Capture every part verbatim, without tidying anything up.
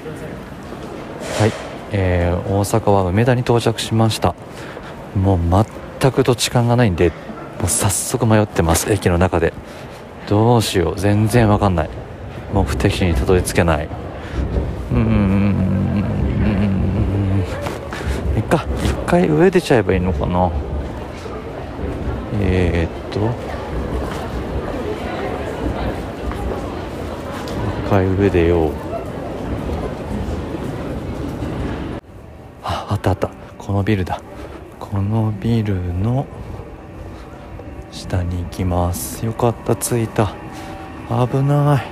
はい、えー、大阪は梅田に到着しました。もう全く土地勘がないんで、もう早速迷ってます。駅の中でどうしよう、全然わかんない。目的地にたどり着けない。うーんいっか一回上出ちゃえばいいのかな。えー、っと一回上出よう。あ、あったあった、このビルだ。このビルの下に行きます。よかった、着いた。危ない。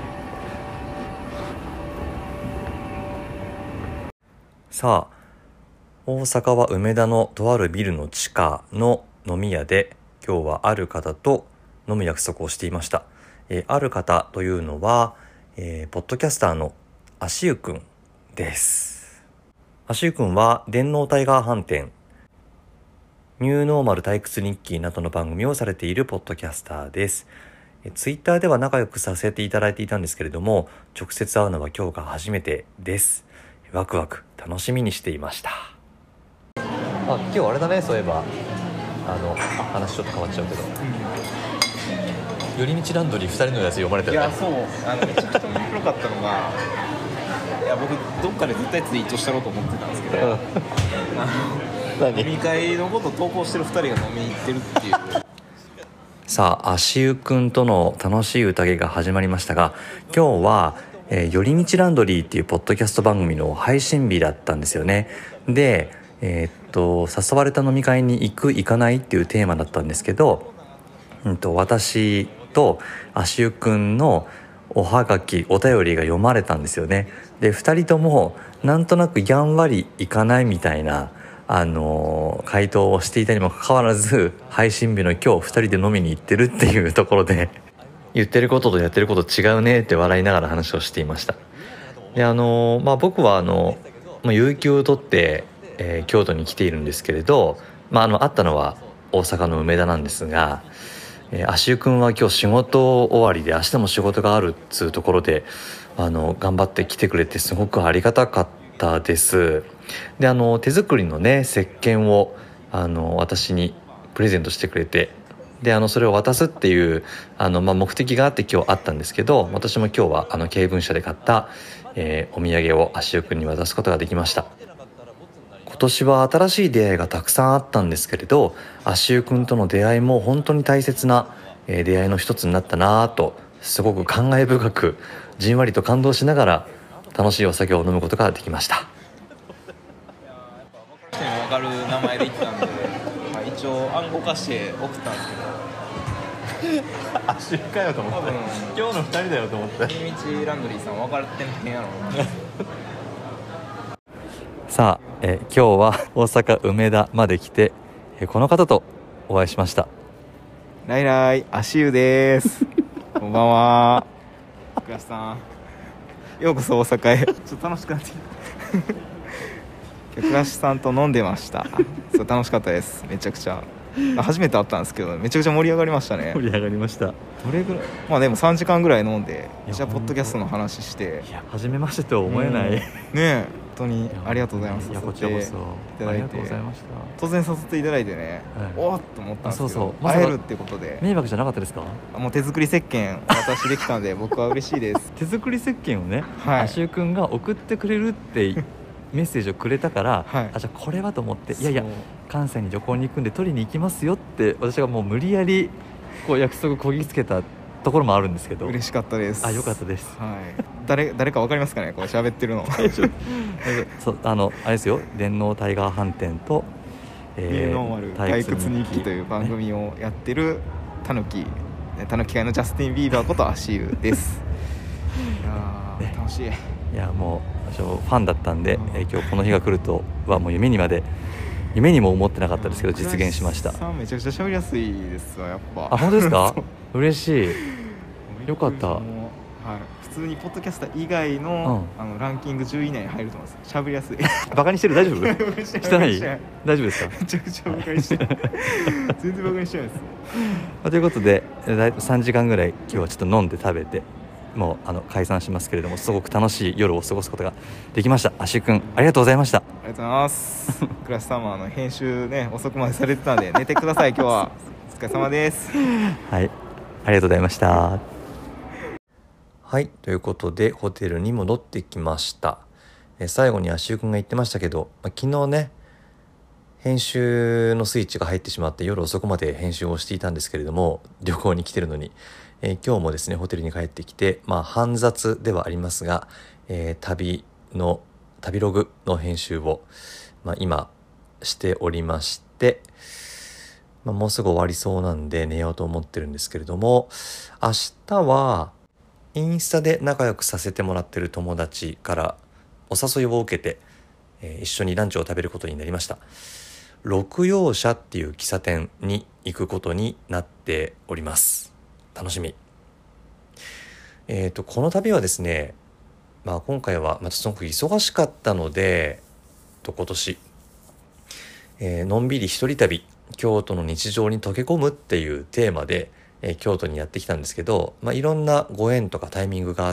さあ、大阪は梅田のとあるビルの地下の飲み屋で、今日はある方と飲む約束をしていました。えー、ある方というのは、えー、ポッドキャスターの足湯くんです。足湯くんは電脳タイガー飯店、ニューノーマル退屈日記などの番組をされているポッドキャスターです。ツイッターでは仲良くさせていただいていたんですけれども、直接会うのは今日が初めてです。ワクワク楽しみにしていました。あ、今日あれだね、そういえばあの話ちょっと変わっちゃうけど、寄り道ランドリーふたりのやつ読まれたよね。 いや、そう、あのめちゃくちゃ面白かったのが、いや僕どっかで絶対ツイートしたろうと思ってたんですけど、うん、あの飲み会のことを投稿してるふたりが飲みに行ってるっていう。 さあ、足湯くんとの楽しい宴が始まりましたが、今日は、えー、寄り道ランドリーっていうポッドキャスト番組の配信日だったんですよね。で、えー、っと誘われた飲み会に行く行かないっていうテーマだったんですけど、うん、と私と足湯くんのおはがきお便りが読まれたんですよね。で、ふたりともなんとなくやんわり行かないみたいなあの回答をしていたにもかかわらず、配信日の今日ふたりで飲みに行ってるっていうところで言ってることとやってること違うねって笑いながら話をしていました。で、あのまあ僕はあの、まあ、有給を取って、えー、京都に来ているんですけれど、まあ、あの会ったのは大阪の梅田なんですが、えー、足湯くんは今日仕事終わりで明日も仕事があるっつうところで、あの頑張って来てくれてすごくありがたかったです。で、あの手作りのね石鹸をあの私にプレゼントしてくれて、であのそれを渡すっていうあの、まあ、目的があって今日あったんですけど、私も今日はあの経文社で買った、えー、お土産を足湯くんに渡すことができました。今年は新しい出会いがたくさんあったんですけれど、足湯くんとの出会いも本当に大切な、えー、出会いの一つになったなと、すごく感慨深くじんわりと感動しながら楽しいお酒を飲むことができました。 分かる名前で言ったんで、まあ、一応暗号化して送ったんですけど足湯かよと思って、今日のふたりだよと思って、 寄り道ランドリーさん分かってんへんやろさあ、えー、今日は大阪梅田まで来て、えー、この方とお会いしました。 ライライ、足湯ですこんばんは、福橋さん、ようこそ大阪へ。ちょっと楽しくなってきた福橋さんと飲んでました。そう、楽しかったです。めちゃくちゃ初めて会ったんですけど、めちゃくちゃ盛り上がりましたね。 盛り上がりました。 どれぐらい、まあでもさんじかんぐらい飲んで、じゃあポッドキャストの話して、 いや初めましてとは思えない、うん、ねえ、本当にありがとうございます。 いやこちらこそいただいて、ありがとうございました。突然誘っていただいてね、はい、おーっと思ったんですけど、そうそう、ま、会えるってことで。 迷惑じゃなかったですか？ もう手作り石鹸お渡しできたので僕は嬉しいです手作り石鹸をね、はい、足湯くんが送ってくれるってメッセージをくれたから、はい、あ、じゃあこれはと思って、いやいや関西に旅行に行くんで取りに行きますよって私がもう無理やりこう約束こぎつけたところもあるんですけど、 嬉しかったです。 あ、よかったです、 はい、誰, 誰か分かりますかね、これ喋ってるのそう、あのあれですよ、電脳タイガー飯店と、 えー、ノーマル退屈日記という番組をやってるたぬきたぬき界のジャスティン・ビーバーこと足湯ですいや、ね、楽しい。いや、もう私もファンだったんで、えー、今日この日が来るとはもう夢にまで夢にも思ってなかったですけど実現しました。 さんめちゃくちゃ喋りやすいですわ、やっぱ。 あ、本当ですか嬉しい、よかった。はい、 普通にポッドキャスター以外 の,、うん、あのランキングじゅうい以内に入ると思います。喋りやすいバカにしてる？大丈夫？してない？大丈夫ですか？ めちゃくちゃバカにしてる全然バカにしてないですということでさんじかんぐらい今日はちょっと飲んで食べて、 もうあの解散しますけれども、すごく楽しい夜を過ごすことができました。足湯くんありがとうございました。 ありがとうございます。倉石さんもあの編集ね遅くまでされてたんで寝てください。今日はお疲れ様です。 はい、ありがとうございました。はい、ということでホテルに戻ってきました。え最後に足湯くんが言ってましたけど、まあ、昨日ね編集のスイッチが入ってしまって夜遅くまで編集をしていたんですけれども、旅行に来てるのに、えー、今日もですねホテルに帰ってきて、まあ煩雑ではありますが、えー、旅の旅ログの編集を、まあ、今しておりまして、まあ、もうすぐ終わりそうなんで寝ようと思ってるんですけれども、明日はインスタで仲良くさせてもらってる友達からお誘いを受けて、えー、一緒にランチを食べることになりました。六葉社っていう喫茶店に行くことになっております。楽しみ。えーとこの旅はですね、まあ、今回はまたすごく忙しかったので、と今年、えーのんびり一人旅、京都の日常に溶け込むっていうテーマで、えー京都にやってきたんですけど、まあ、いろんなご縁とかタイミングがあって、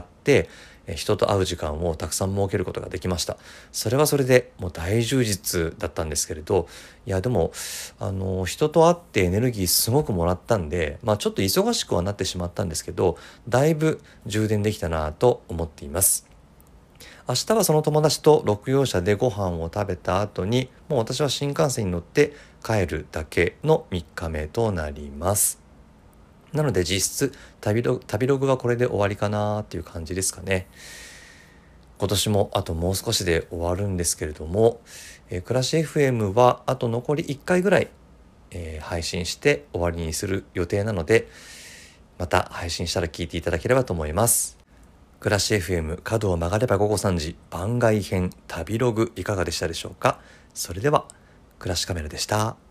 えー人と会う時間をたくさん設けることができました。それはそれでもう大充実だったんですけれど、いやでもあの人と会ってエネルギーすごくもらったんで、まあ、ちょっと忙しくはなってしまったんですけど、だいぶ充電できたなと思っています。明日はその友達と六葉社でご飯を食べた後に、もう私は新幹線に乗って帰るだけのみっかめとなります。なので実質旅ログ、旅ログはこれで終わりかなっていう感じですかね。今年もあともう少しで終わるんですけれども、えー、暮らし エフエム はあと残りいっかいぐらい、えー配信して終わりにする予定なので、また配信したら聞いていただければと思います。暮らし エフエム 角を曲がれば午後さんじ番外編旅ログいかがでしたでしょうか。それでは暮らしカメラでした。